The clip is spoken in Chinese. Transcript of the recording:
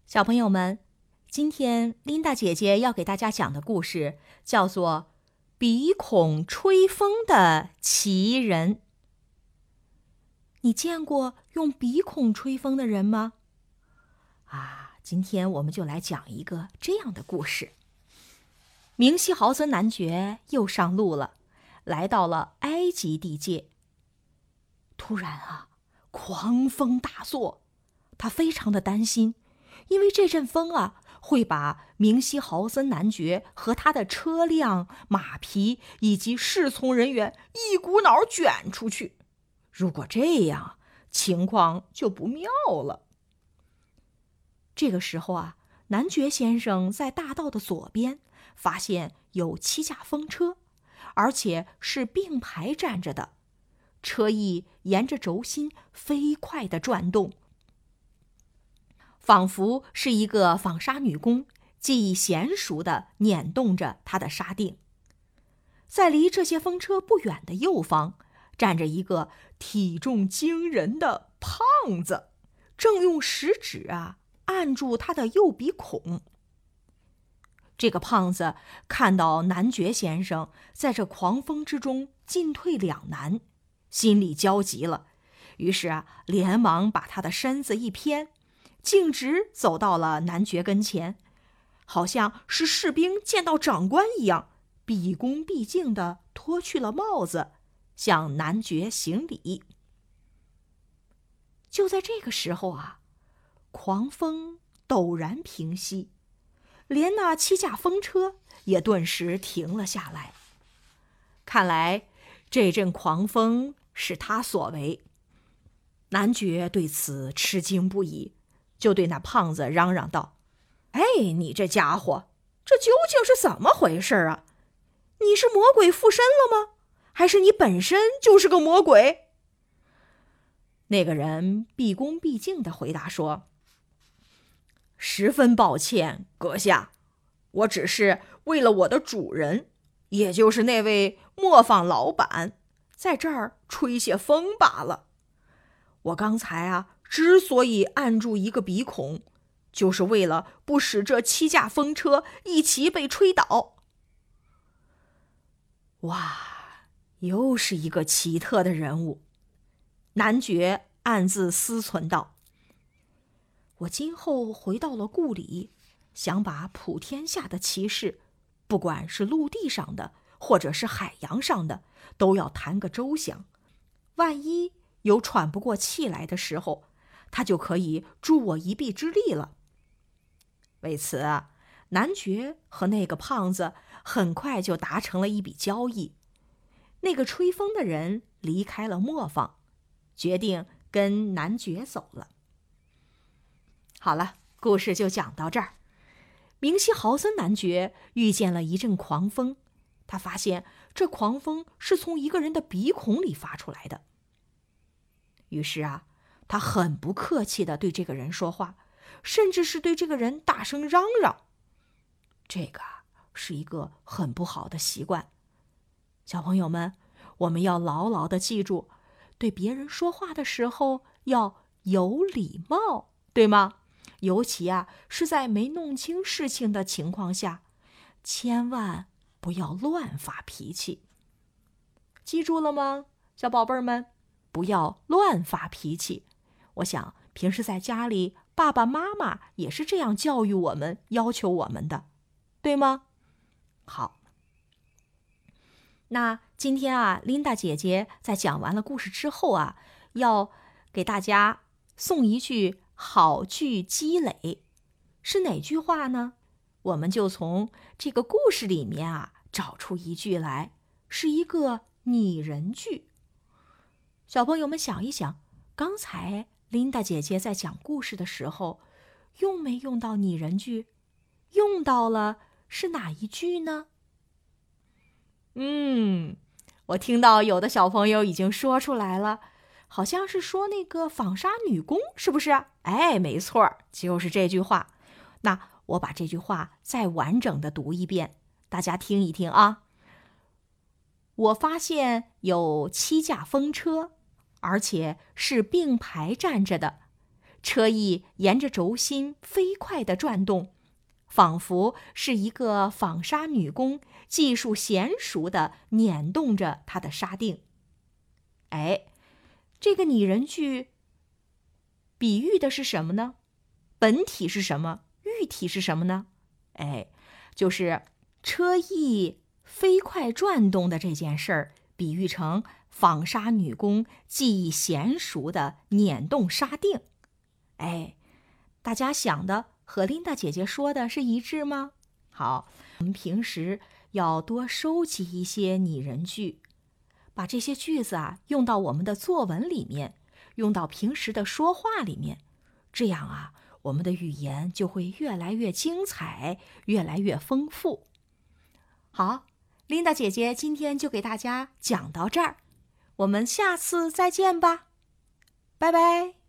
小朋友们，今天琳达姐姐要给大家讲的故事叫做《鼻孔吹风的奇人》。你见过用鼻孔吹风的人吗？今天我们就来讲一个这样的故事。明希豪森男爵又上路了，来到了埃及地界。突然狂风大作，他非常的担心，因为这阵风会把明希豪森男爵和他的车辆、马匹以及侍从人员一股脑卷出去。如果这样，情况就不妙了。这个时候男爵先生在大道的左边发现有7架风车，而且是并排站着的，车翼沿着轴心飞快地转动，仿佛是一个纺纱女工技艺娴熟地捻动着她的纱锭。在离这些风车不远的右方，站着一个体重惊人的胖子，正用食指按住他的右鼻孔。这个胖子看到男爵先生在这狂风之中进退两难，心里焦急了，于是连忙把他的身子一偏，径直走到了男爵跟前，好像是士兵见到长官一样，毕恭毕敬地脱去了帽子，向男爵行礼。就在这个时候狂风陡然平息，连那7架风车也顿时停了下来。看来这阵狂风是他所为。男爵对此吃惊不已，就对那胖子嚷嚷道：“你这家伙，这究竟是怎么回事啊？你是魔鬼附身了吗？还是你本身就是个魔鬼？”那个人毕恭毕敬地回答说：“十分抱歉，阁下，我只是为了我的主人，也就是那位磨坊老板，在这儿吹些风罢了。我刚才之所以按住一个鼻孔，就是为了不使这7架风车一起被吹倒。”哇，又是一个奇特的人物。男爵暗自思忖道：“我今后回到了故里，想把普天下的奇事，不管是陆地上的或者是海洋上的，都要谈个周详。万一有喘不过气来的时候，他就可以助我一臂之力了。”为此男爵和那个胖子很快就达成了一笔交易。那个吹风的人离开了磨坊，决定跟男爵走了。好了，故事就讲到这儿。明希豪森男爵遇见了一阵狂风，他发现这狂风是从一个人的鼻孔里发出来的。于是他很不客气地对这个人说话，甚至是对这个人大声嚷嚷。这个是一个很不好的习惯。小朋友们，我们要牢牢地记住，对别人说话的时候要有礼貌，对吗？尤其是在没弄清事情的情况下，千万不要乱发脾气。记住了吗，小宝贝儿们？不要乱发脾气。我想平时在家里，爸爸妈妈也是这样教育我们、要求我们的，对吗？好，那今天琳达姐姐在讲完了故事之后要给大家送一句好句积累，是哪句话呢？我们就从这个故事里面找出一句来，是一个拟人句。小朋友们想一想，刚才琳达姐姐在讲故事的时候，用没用到拟人句？用到了，是哪一句呢？我听到有的小朋友已经说出来了，好像是说那个纺纱女工，是不是？没错，就是这句话。那我把这句话再完整的读一遍，大家听一听啊。我发现有7架风车，而且是并排站着的， 车翼沿着轴心飞快地转动，仿佛是一个纺纱女工技术娴熟地捻动着她的纱锭。这个拟人句比喻的是什么呢？本体是什么？喻体是什么呢？就是车翼飞快转动的这件事儿，比喻成纺纱女工技艺娴熟的捻动纱锭。大家想的和琳达姐姐说的是一致吗？好，我们平时要多收集一些拟人句，把这些句子用到我们的作文里面，用到平时的说话里面，这样我们的语言就会越来越精彩，越来越丰富。好，琳达姐姐今天就给大家讲到这儿，我们下次再见吧，拜拜。